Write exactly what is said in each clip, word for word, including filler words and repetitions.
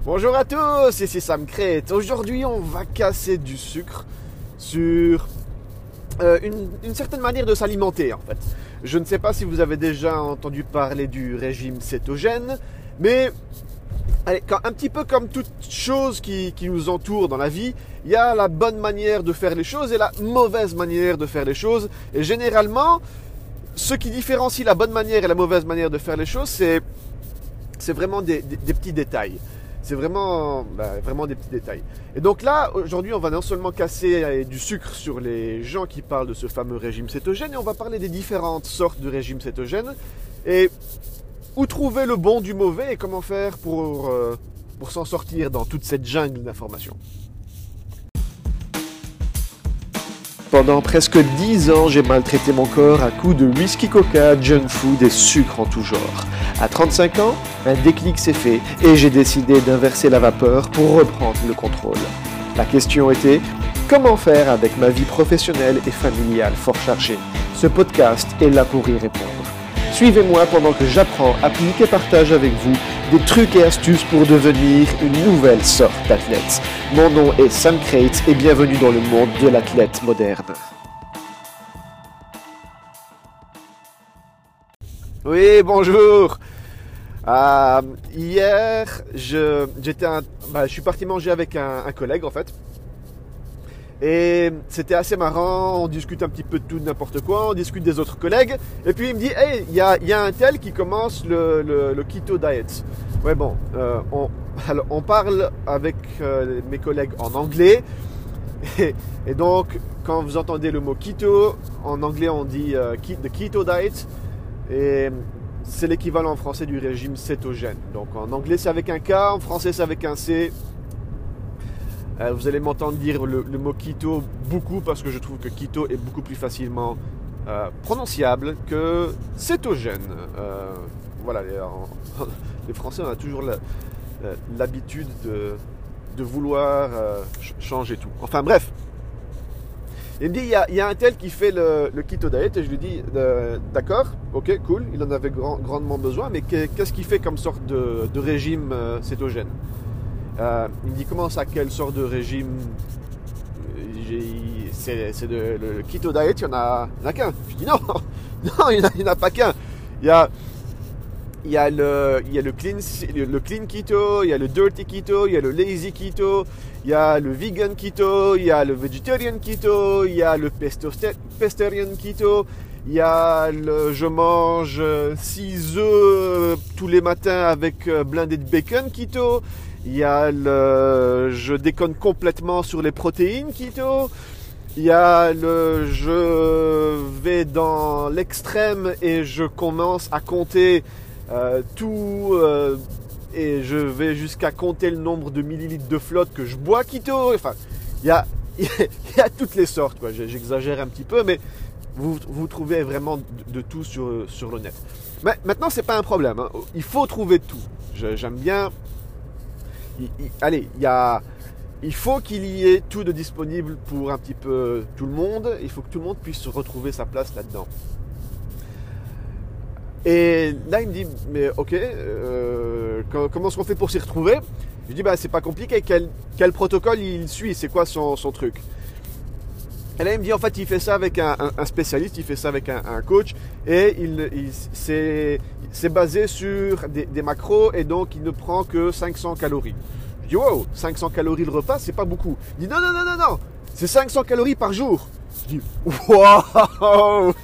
Bonjour à tous, ici Sam Crate. Aujourd'hui, on va casser du sucre sur euh, une, une certaine manière de s'alimenter en fait. Je ne sais pas si vous avez déjà entendu parler du régime cétogène, mais allez, quand, un petit peu comme toute chose qui, qui nous entoure dans la vie, il y a la bonne manière de faire les choses et la mauvaise manière de faire les choses. Et généralement, ce qui différencie la bonne manière et la mauvaise manière de faire les choses, c'est, c'est vraiment des, des, des petits détails. C'est vraiment, bah, vraiment des petits détails. Et donc là, aujourd'hui, on va non seulement casser du sucre sur les gens qui parlent de ce fameux régime cétogène, et on va parler des différentes sortes de régimes cétogènes, et où trouver le bon du mauvais, et comment faire pour, euh, pour s'en sortir dans toute cette jungle d'informations. Pendant presque dix ans, j'ai maltraité mon corps à coups de whisky coca, junk food et sucre en tout genre. À trente-cinq ans, un déclic s'est fait et j'ai décidé d'inverser la vapeur pour reprendre le contrôle. La question était, comment faire avec ma vie professionnelle et familiale fort chargée? Ce podcast est là pour y répondre. Suivez-moi pendant que j'apprends, applique et partage avec vous des trucs et astuces pour devenir une nouvelle sorte d'athlète. Mon nom est Sam Crate et bienvenue dans le monde de l'athlète moderne. Oui, bonjour. Euh, hier, je, j'étais un, bah, je suis parti manger avec un, un collègue en fait. Et c'était assez marrant, on discute un petit peu de tout, n'importe quoi, on discute des autres collègues. Et puis il me dit, hey, il y a, y a un tel qui commence le, le, le keto diet. Ouais bon, euh, on, alors, on parle avec euh, mes collègues en anglais. Et, et donc, quand vous entendez le mot keto, en anglais on dit euh, the keto diet. Et c'est l'équivalent en français du régime cétogène. Donc en anglais c'est avec un K, en français c'est avec un C. Euh, vous allez m'entendre dire le, le mot keto beaucoup parce que je trouve que keto est beaucoup plus facilement euh, prononciable que cétogène. Euh, voilà, les, en, les Français on a toujours la, l'habitude de, de vouloir euh, changer tout. Enfin bref. Il me dit, il y a, il y a un tel qui fait le, le keto diet et je lui dis, euh, d'accord, ok, cool, il en avait grand, grandement besoin, mais qu'est-ce qu'il fait comme sorte de, de régime euh, cétogène? euh, Il me dit, comment ça, quelle sorte de régime? C'est, c'est de, le, le keto diet, il n'y en a, il y en a qu'un. Je dis, non, non, il n'y en, en a pas qu'un. Il y a, il y a, le, il y a le, clean, le clean keto, il y a le dirty keto, il y a le lazy keto, il y a le vegan keto, il y a le vegetarian keto, il y a le pescetarian keto, il y a le je mange six œufs tous les matins avec blindé de bacon keto, il y a le je déconne complètement sur les protéines keto, il y a le je vais dans l'extrême et je commence à compter Euh, tout euh, et je vais jusqu'à compter le nombre de millilitres de flotte que je bois keto. Enfin, il y a, il y a toutes les sortes, quoi. J'exagère un petit peu, mais vous, vous trouvez vraiment de, de tout sur, sur le net. Mais maintenant, c'est pas un problème, hein. Il faut trouver tout. Je, j'aime bien. Il, il, allez, il y a, il faut qu'il y ait tout de disponible pour un petit peu tout le monde. Il faut que tout le monde puisse retrouver sa place là-dedans. Et là, il me dit, mais ok, euh, comment est-ce qu'on fait pour s'y retrouver? Je lui dis, bah, c'est pas compliqué, quel, quel protocole il suit, c'est quoi son, son truc? Et là, il me dit, en fait, il fait ça avec un, un, un spécialiste, il fait ça avec un, un coach, et il, il, c'est, c'est basé sur des, des macros, et donc il ne prend que cinq cents calories. Je dis, wow, cinq cents calories le repas, c'est pas beaucoup. Il dit, non, non, non, non, non, c'est cinq cents calories par jour. Je dis, wow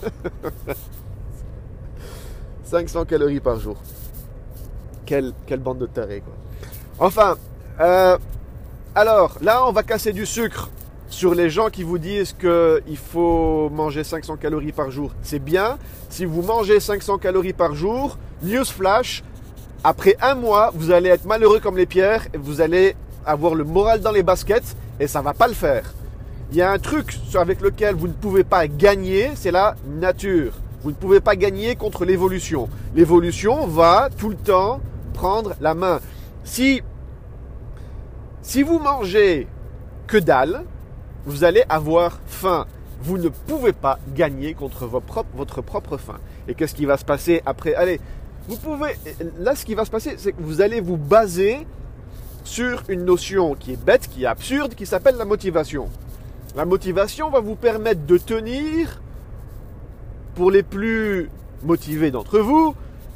cinq cents calories par jour. Quelle, quelle bande de tarés, quoi. Enfin, euh, alors, là, on va casser du sucre sur les gens qui vous disent qu'il faut manger cinq cents calories par jour. C'est bien. Si vous mangez cinq cents calories par jour, newsflash, après un mois, vous allez être malheureux comme les pierres et vous allez avoir le moral dans les baskets et ça va pas le faire. Il y a un truc avec lequel vous ne pouvez pas gagner, c'est la nature. Vous ne pouvez pas gagner contre l'évolution. L'évolution va tout le temps prendre la main. Si, si vous mangez que dalle, vous allez avoir faim. Vous ne pouvez pas gagner contre vos propres, votre propre faim. Et qu'est-ce qui va se passer après? Allez, vous pouvez. Là, ce qui va se passer, c'est que vous allez vous baser sur une notion qui est bête, qui est absurde, qui s'appelle la motivation. La motivation va vous permettre de tenir, pour les plus motivés d'entre vous,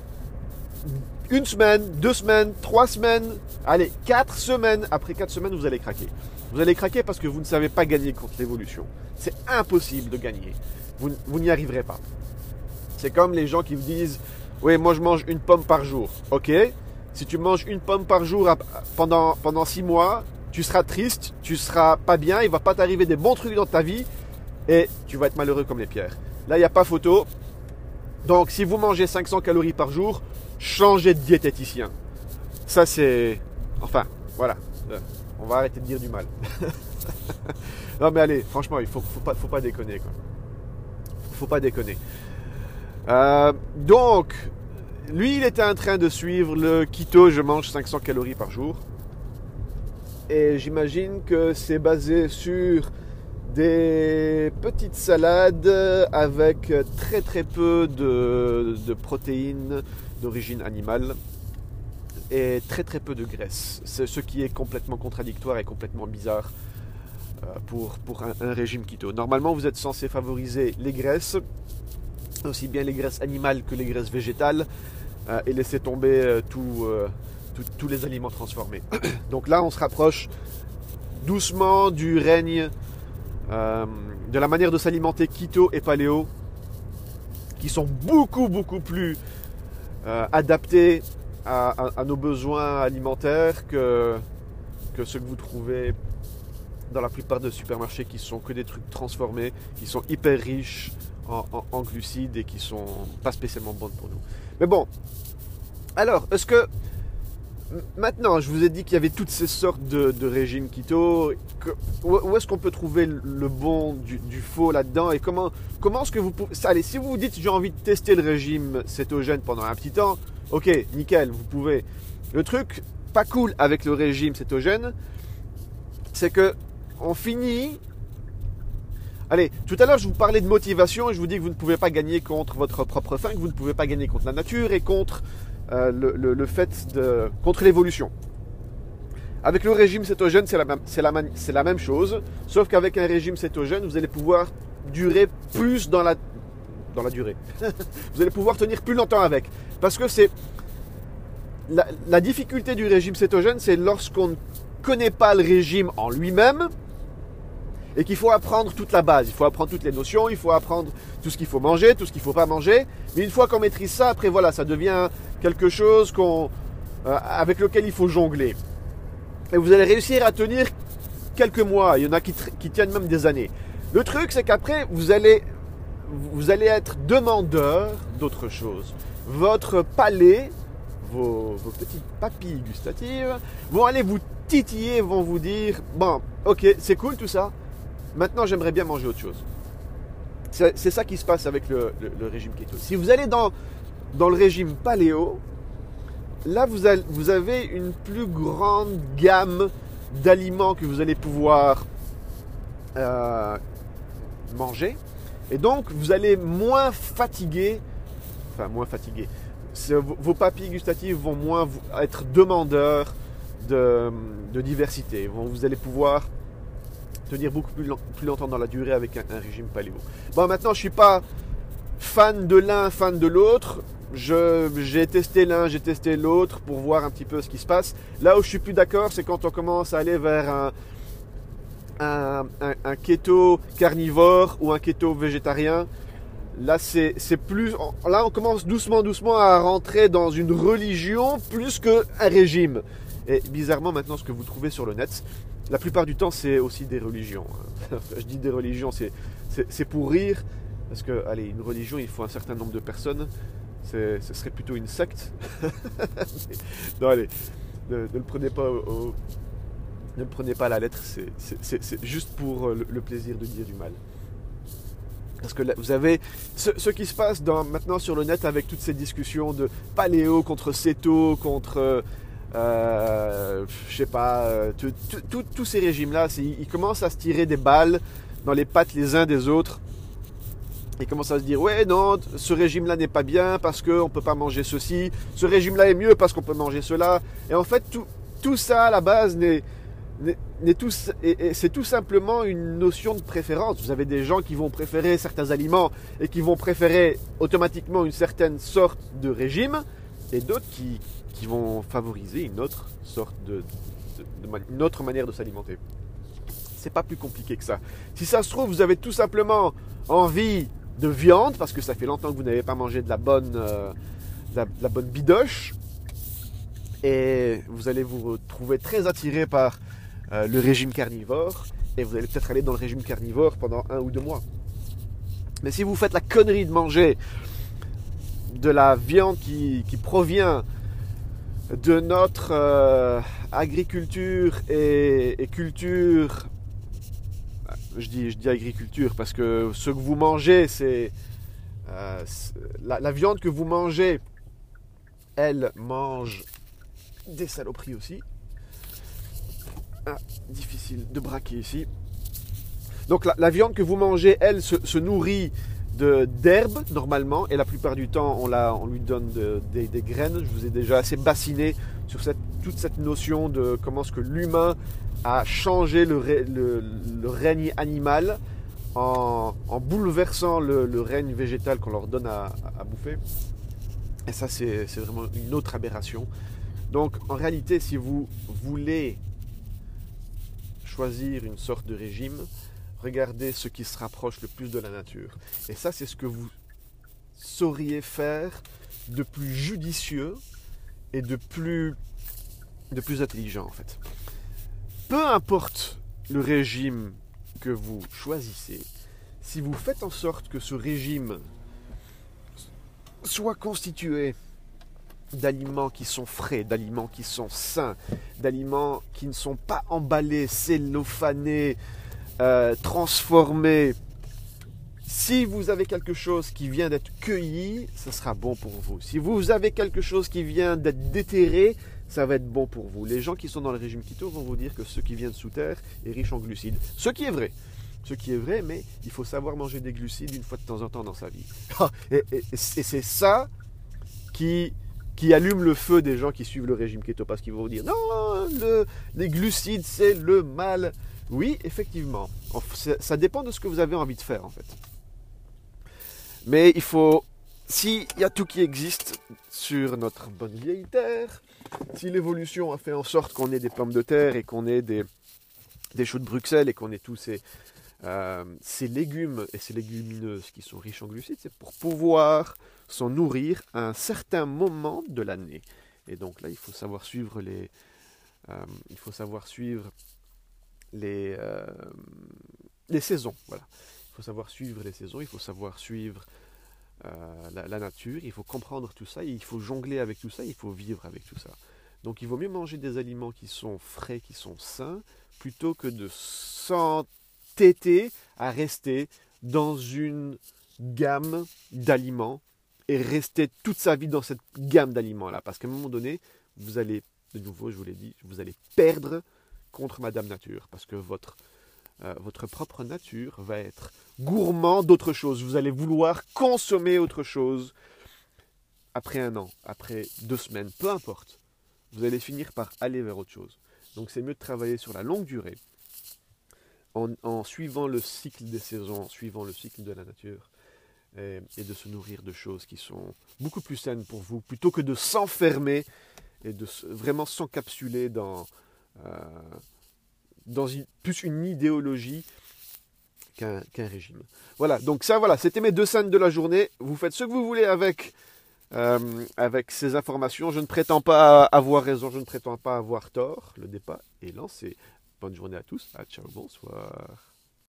une semaine, deux semaines, trois semaines, allez, quatre semaines. Après quatre semaines, vous allez craquer. Vous allez craquer parce que vous ne savez pas gagner contre l'évolution. C'est impossible de gagner. Vous, vous n'y arriverez pas. C'est comme les gens qui vous disent « Oui, moi je mange une pomme par jour. » Ok, si tu manges une pomme par jour pendant, pendant six mois, tu seras triste, tu seras pas bien, il ne va pas t'arriver des bons trucs dans ta vie et tu vas être malheureux comme les pierres. Là, il n'y a pas photo. Donc, si vous mangez cinq cents calories par jour, changez de diététicien. Ça, c'est... Enfin, voilà. On va arrêter de dire du mal. Non, mais allez, franchement, il ne faut, faut, pas, faut pas déconner, quoi. Faut pas déconner. Euh, donc, lui, il était en train de suivre le keto, je mange cinq cents calories par jour. Et j'imagine que c'est basé sur des petites salades avec très très peu de, de protéines d'origine animale et très très peu de graisse. C'est ce qui est complètement contradictoire et complètement bizarre pour, pour un, un régime keto. Normalement, vous êtes censé favoriser les graisses, aussi bien les graisses animales que les graisses végétales, euh, et laisser tomber euh, tout, euh, tout, tous les aliments transformés. Donc là, on se rapproche doucement du règne euh, de la manière de s'alimenter keto et paléo, qui sont beaucoup beaucoup plus euh, adaptés à, à, à nos besoins alimentaires que, que ceux que vous trouvez dans la plupart des supermarchés, qui sont que des trucs transformés, qui sont hyper riches en, en, en glucides et qui sont pas spécialement bonnes pour nous. Mais bon, alors, est-ce que maintenant, je vous ai dit qu'il y avait toutes ces sortes de, de régimes keto, que, où est-ce qu'on peut trouver le bon du, du faux là-dedans, et comment, comment est-ce que vous pouvez... Allez, si vous vous dites j'ai envie de tester le régime cétogène pendant un petit temps, ok, nickel, vous pouvez. Le truc pas cool avec le régime cétogène, c'est que on finit... Allez, tout à l'heure, je vous parlais de motivation et je vous dis que vous ne pouvez pas gagner contre votre propre faim, que vous ne pouvez pas gagner contre la nature et contre euh, le, le, le fait de... contre l'évolution. Avec le régime cétogène, c'est la même, c'est la, c'est la même chose, sauf qu'avec un régime cétogène, vous allez pouvoir durer plus dans la, dans la durée. Vous allez pouvoir tenir plus longtemps avec. Parce que c'est... La, la difficulté du régime cétogène, c'est lorsqu'on ne connaît pas le régime en lui-même, et qu'il faut apprendre toute la base, il faut apprendre toutes les notions, il faut apprendre tout ce qu'il faut manger, tout ce qu'il ne faut pas manger. Mais une fois qu'on maîtrise ça, après voilà, ça devient quelque chose qu'on, euh, avec lequel il faut jongler. Et vous allez réussir à tenir quelques mois, il y en a qui, qui tiennent même des années. Le truc, c'est qu'après, vous allez, vous allez être demandeur d'autre chose. Votre palais, vos, vos petites papilles gustatives, vont aller vous titiller, vont vous dire, bon, ok, c'est cool tout ça, maintenant, j'aimerais bien manger autre chose. C'est, c'est ça qui se passe avec le, le, le régime keto. Si vous allez dans, dans le régime paléo, là, vous, allez, vous avez une plus grande gamme d'aliments que vous allez pouvoir euh, manger. Et donc, vous allez moins fatiguer, enfin, moins fatiguer. C'est, vos, vos papilles gustatives vont moins vous, être demandeurs de, de diversité. Vous, vous allez pouvoir tenir beaucoup plus, long, plus longtemps dans la durée avec un, un régime paléo. Bon, maintenant, je ne suis pas fan de l'un, fan de l'autre. Je, j'ai testé l'un, j'ai testé l'autre pour voir un petit peu ce qui se passe. Là où je suis plus d'accord, c'est quand on commence à aller vers un, un, un, un keto carnivore ou un keto végétarien. Là, c'est, c'est plus... Là, on commence doucement, doucement à rentrer dans une religion plus qu'un régime. Et bizarrement, maintenant, ce que vous trouvez sur le net, la plupart du temps, c'est aussi des religions. Je dis des religions, c'est, c'est, c'est pour rire. Parce que, allez, une religion, il faut un certain nombre de personnes. C'est, ce serait plutôt une secte. Non, allez, ne, ne le prenez pas au, au, ne le prenez pas à la lettre. C'est, c'est, c'est, c'est juste pour le, le plaisir de dire du mal. Parce que là, vous avez ce, ce qui se passe dans, maintenant sur le net avec toutes ces discussions de paléo contre céto, contre... Euh, je sais pas, tous ces régimes-là, ils, ils commencent à se tirer des balles dans les pattes les uns des autres. Ils commencent à se dire, ouais, non, ce régime-là n'est pas bien parce qu'on ne peut pas manger ceci, ce régime-là est mieux parce qu'on peut manger cela. Et en fait, tout, tout ça à la base n'est, n'est, n'est tout, et, et c'est tout simplement une notion de préférence. Vous avez des gens qui vont préférer certains aliments et qui vont préférer automatiquement une certaine sorte de régime, et d'autres qui, qui vont favoriser une autre sorte de, de, de une autre manière de s'alimenter. C'est pas plus compliqué que ça. Si ça se trouve, vous avez tout simplement envie de viande parce que ça fait longtemps que vous n'avez pas mangé de la bonne, euh, de la, de la bonne bidoche, et vous allez vous retrouver très attiré par euh, le régime carnivore, et vous allez peut-être aller dans le régime carnivore pendant un ou deux mois. Mais si vous faites la connerie de manger de la viande qui, qui provient de notre euh, agriculture et, et culture, je dis, je dis agriculture parce que ce que vous mangez, c'est, euh, c'est la, la viande que vous mangez, elle mange des saloperies aussi. Ah, difficile de braquer ici. Donc la, la viande que vous mangez, elle, se, se nourrit de, d'herbes normalement, et la plupart du temps on, la, on lui donne de, de, des graines. Je vous ai déjà assez bassiné sur cette, toute cette notion de comment est-ce que l'humain a changé le, le, le règne animal en, en bouleversant le, le règne végétal qu'on leur donne à, à, à bouffer. Et ça c'est, c'est vraiment une autre aberration. Donc en réalité, si vous voulez choisir une sorte de régime, regardez ce qui se rapproche le plus de la nature. Et ça, c'est ce que vous sauriez faire de plus judicieux et de plus, de plus intelligent, en fait. Peu importe le régime que vous choisissez, si vous faites en sorte que ce régime soit constitué d'aliments qui sont frais, d'aliments qui sont sains, d'aliments qui ne sont pas emballés, cellophanés, Euh, transformé. Si vous avez quelque chose qui vient d'être cueilli, ça sera bon pour vous. Si vous avez quelque chose qui vient d'être déterré, ça va être bon pour vous. Les gens qui sont dans le régime keto vont vous dire que ce qui vient de sous terre est riche en glucides. Ce qui est vrai. Ce qui est vrai, mais il faut savoir manger des glucides une fois de temps en temps dans sa vie. et, et, et c'est ça qui, qui allume le feu des gens qui suivent le régime keto, parce qu'ils vont vous dire non, le, les glucides c'est le mal. Oui, effectivement, ça dépend de ce que vous avez envie de faire en fait. Mais il faut, s'il y a tout qui existe sur notre bonne vieille terre, si l'évolution a fait en sorte qu'on ait des pommes de terre et qu'on ait des, des choux de Bruxelles et qu'on ait tous ces, euh, ces légumes et ces légumineuses qui sont riches en glucides, c'est pour pouvoir s'en nourrir à un certain moment de l'année. Et donc là, il faut savoir suivre les, euh, il faut savoir suivre Les, euh, les saisons, voilà. Il faut savoir suivre les saisons, il faut savoir suivre euh, la, la nature, il faut comprendre tout ça, il faut jongler avec tout ça, il faut vivre avec tout ça. Donc il vaut mieux manger des aliments qui sont frais, qui sont sains, plutôt que de s'entêter à rester dans une gamme d'aliments et rester toute sa vie dans cette gamme d'aliments-là. Parce qu'à un moment donné, vous allez, de nouveau, je vous l'ai dit, vous allez perdre contre Madame Nature, parce que votre, euh, votre propre nature va être gourmand d'autre chose. Vous allez vouloir consommer autre chose après un an, après deux semaines, peu importe. Vous allez finir par aller vers autre chose. Donc c'est mieux de travailler sur la longue durée, en, en suivant le cycle des saisons, en suivant le cycle de la nature, et, et de se nourrir de choses qui sont beaucoup plus saines pour vous, plutôt que de s'enfermer et de vraiment s'encapsuler dans... Euh, dans une, plus une idéologie qu'un, qu'un régime. Voilà, donc ça, voilà, c'était mes deux scènes de la journée. Vous faites ce que vous voulez avec, euh, avec ces informations. Je ne prétends pas avoir raison, je ne prétends pas avoir tort. Le débat est lancé. Bonne journée à tous. Ah, ciao, bonsoir.